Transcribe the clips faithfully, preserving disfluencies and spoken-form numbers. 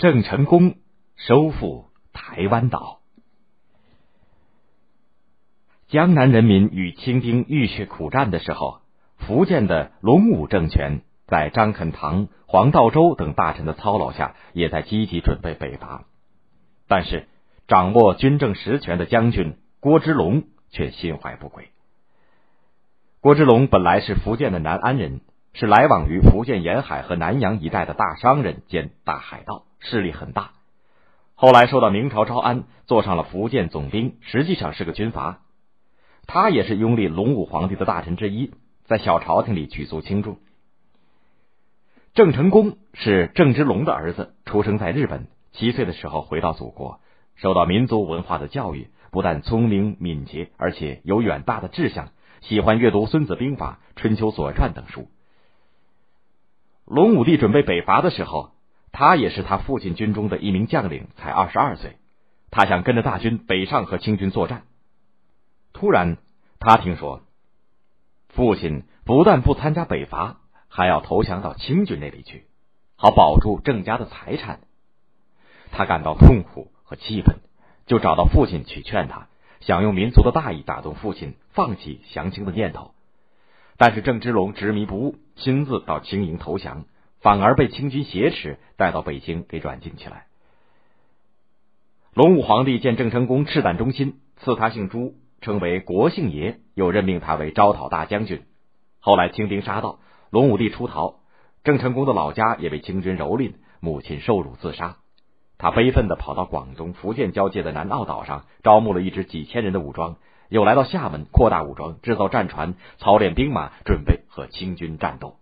郑成功收复台湾岛。江南人民与清兵浴血苦战的时候，福建的龙武政权在张肯堂、黄道周等大臣的操劳下，也在积极准备北伐。但是掌握军政实权的将军郭之龙却心怀不轨。郭之龙本来是福建的南安人，是来往于福建沿海和南洋一带的大商人兼大海盗，势力很大。后来受到明朝招安，做上了福建总兵，实际上是个军阀。他也是拥立隆武皇帝的大臣之一，在小朝廷里举足轻重。郑成功是郑芝龙的儿子，出生在日本，七岁的时候回到祖国，受到民族文化的教育，不但聪明敏捷，而且有远大的志向，喜欢阅读《孙子兵法》《春秋左传》等书。隆武帝准备北伐的时候，他也是他父亲军中的一名将领，才二十二岁。他想跟着大军北上和清军作战。突然他听说父亲不但不参加北伐，还要投降到清军那里去，好保住郑家的财产。他感到痛苦和气愤，就找到父亲去劝他，想用民族的大义打动父亲放弃降清的念头。但是郑芝龙执迷不悟，亲自到清营投降，反而被清军挟持带到北京给软禁起来。隆武皇帝见郑成功赤胆忠心，赐他姓朱，称为国姓爷，又任命他为招讨大将军。后来清兵杀到，隆武帝出逃，郑成功的老家也被清军蹂躏，母亲受辱自杀。他悲愤地跑到广东、福建交界的南澳岛上，招募了一支几千人的武装，又来到厦门，扩大武装，制造战船，操练兵马，准备和清军战斗。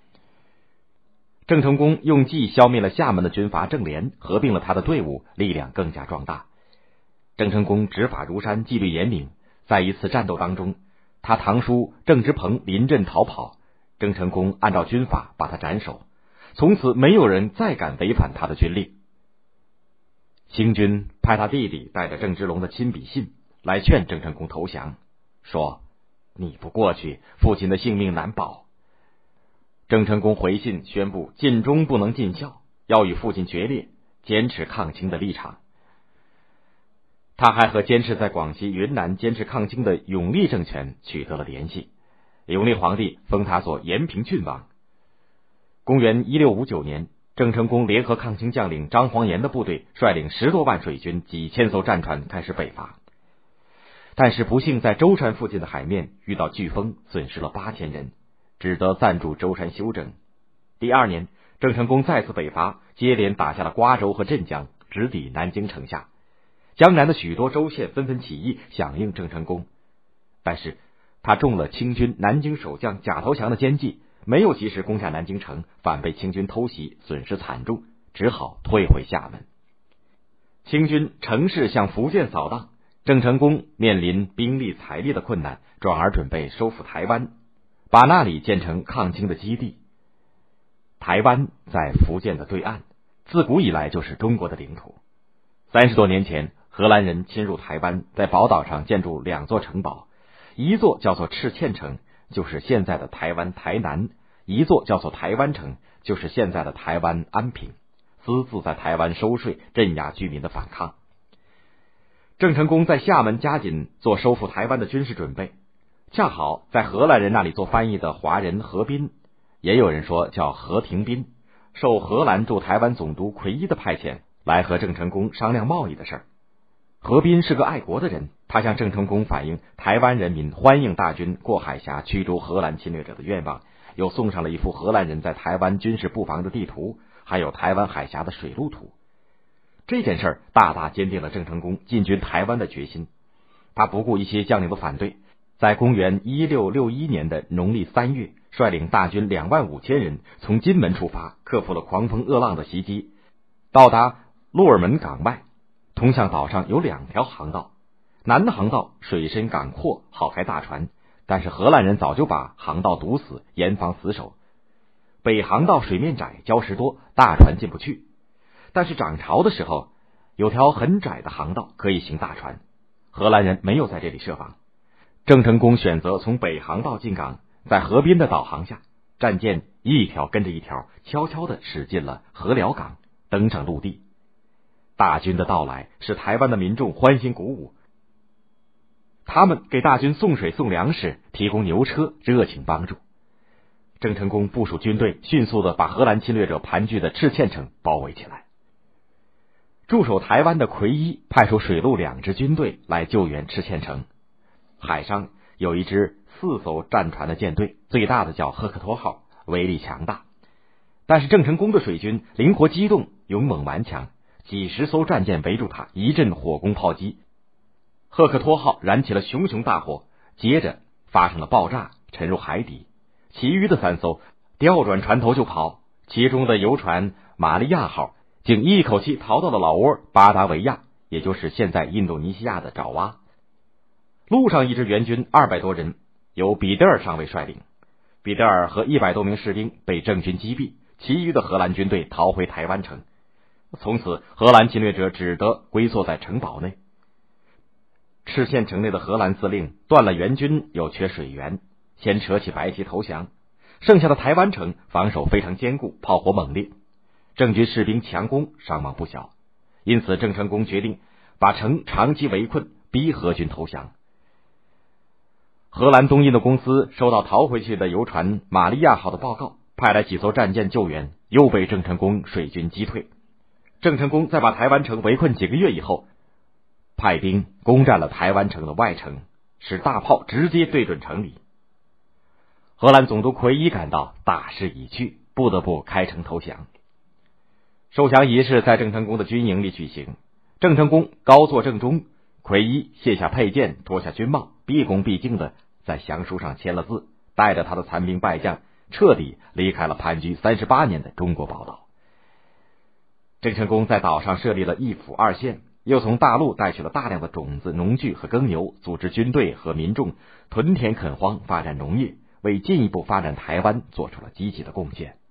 郑成功用计消灭了厦门的军阀郑连，合并了他的队伍，力量更加壮大。郑成功执法如山，纪律严明。在一次战斗当中，他堂叔郑芝鹏临阵逃跑，郑成功按照军法把他斩首，从此没有人再敢违反他的军令。清军派他弟弟带着郑芝龙的亲笔信来劝郑成功投降，说你不过去，父亲的性命难保。郑成功回信宣布尽忠不能尽孝，要与父亲决裂，坚持抗清的立场。他还和坚持在广西、云南坚持抗清的永历政权取得了联系，永历皇帝封他做延平郡王。公元一六五九年，郑成功联合抗清将领张煌岩的部队，率领十多万水军、几千艘战船开始北伐。但是不幸在舟山附近的海面遇到飓风，损失了八千人，只得暂驻舟山休整。第二年，郑成功再次北伐，接连打下了瓜州和镇江，直抵南京城下。江南的许多州县纷纷起义，响应郑成功。但是他中了清军南京守将贾投降的奸计，没有及时攻下南京城，反被清军偷袭，损失惨重，只好退回厦门。清军乘势向福建扫荡，郑成功面临兵力财力的困难，转而准备收复台湾，把那里建成抗清的基地。台湾在福建的对岸，自古以来就是中国的领土。三十多年前，荷兰人侵入台湾，在宝岛上建筑两座城堡，一座叫做赤堑城，就是现在的台湾台南；一座叫做台湾城，就是现在的台湾安平，私自在台湾收税，镇压居民的反抗。郑成功在厦门加紧做收复台湾的军事准备，恰好在荷兰人那里做翻译的华人何斌，也有人说叫何廷斌，受荷兰驻台湾总督奎一的派遣，来和郑成功商量贸易的事儿。何斌是个爱国的人，他向郑成功反映台湾人民欢迎大军过海峡驱逐荷兰侵略者的愿望，又送上了一幅荷兰人在台湾军事布防的地图，还有台湾海峡的水路图。这件事大大坚定了郑成功进军台湾的决心。他不顾一些将领的反对，在公元一六六一年的农历三月，率领大军两万五千人从金门出发，克服了狂风恶浪的袭击，到达鹿耳门港外。通向岛上有两条航道，南的航道水深港阔，好开大船，但是荷兰人早就把航道堵死，严防死守。北航道水面窄，礁石多，大船进不去。但是涨潮的时候，有条很窄的航道可以行大船，荷兰人没有在这里设防。郑成功选择从北航道进港，在河滨的导航下，战舰一条跟着一条，悄悄地驶进了河寮港，登上陆地。 大军的到来使台湾的民众欢欣鼓舞，他们给大军送水送粮食，提供牛车，热情帮助。郑成功部署军队，迅速的把荷兰侵略者盘踞的赤堑城包围起来。驻守台湾的奎一派出水陆两支军队来救援赤堑城。海上有一支四艘战船的舰队，最大的叫赫克托号，威力强大。但是郑成功的水军灵活机动，勇猛顽强，几十艘战舰围住他，一阵火攻炮击。赫克托号燃起了熊熊大火，接着发生了爆炸，沉入海底。其余的三艘调转船头就跑，其中的游船玛利亚号竟一口气逃到了老挝巴达维亚，也就是现在印度尼西亚的爪哇。路上一支援军二百多人，由彼得尔上尉率领。彼得尔和一百多名士兵被郑军击毙，其余的荷兰军队逃回台湾城。从此，荷兰侵略者只得龟缩在城堡内。赤堑城内的荷兰司令断了援军，又缺水源，先扯起白旗投降。剩下的台湾城防守非常坚固，炮火猛烈，郑军士兵强攻，伤亡不小。因此郑成功决定把城长期围困，逼荷军投降。荷兰东印度公司收到逃回去的游船玛利亚号的报告，派来几艘战舰救援，又被郑成功水军击退。郑成功在把台湾城围困几个月以后，派兵攻占了台湾城的外城，使大炮直接对准城里。荷兰总督奎一感到大势已去，不得不开城投降。受降仪式在郑成功的军营里举行，郑成功高坐正中，奎一卸下佩剑，脱下军帽，毕恭毕敬的在降书上签了字，带着他的残兵败将彻底离开了盘踞三十八年的中国宝岛。郑成功在岛上设立了一府二县，又从大陆带去了大量的种子、农具和耕牛，组织军队和民众屯田垦荒，发展农业，为进一步发展台湾做出了积极的贡献。